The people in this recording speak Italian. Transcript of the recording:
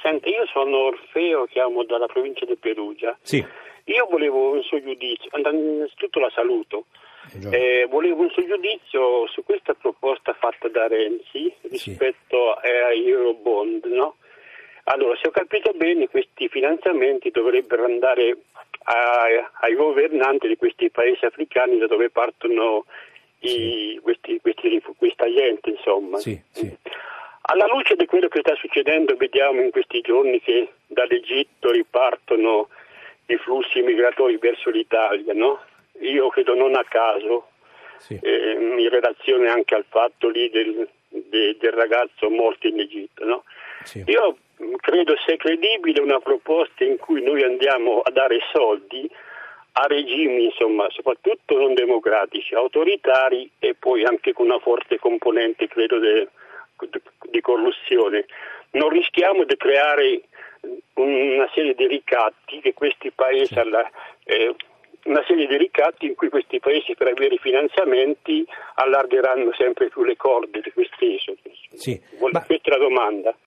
Senta, io sono Orfeo, chiamo dalla provincia di Perugia. Sì. Io volevo un suo giudizio, innanzitutto la saluto. Volevo un suo giudizio su questa proposta fatta da Renzi rispetto ai Eurobond, no? Allora, se ho capito bene, questi finanziamenti dovrebbero andare ai governanti di questi paesi africani da dove partono questa gente, insomma. Sì. Alla luce di quello che sta succedendo, vediamo in questi giorni che dall'Egitto ripartono i flussi migratori verso l'Italia, no? Io credo non a caso, in relazione anche al fatto lì del ragazzo morto in Egitto, no? Sì. Io credo sia credibile una proposta in cui noi andiamo a dare soldi a regimi, insomma, soprattutto non democratici, autoritari e poi anche con una forte componente, credo, di corruzione. Non rischiamo di creare una serie di ricatti che questi paesi una serie di ricatti in cui questi paesi, per avere finanziamenti, allargheranno sempre più le corde di questi esodi. Sì. Questa è la domanda.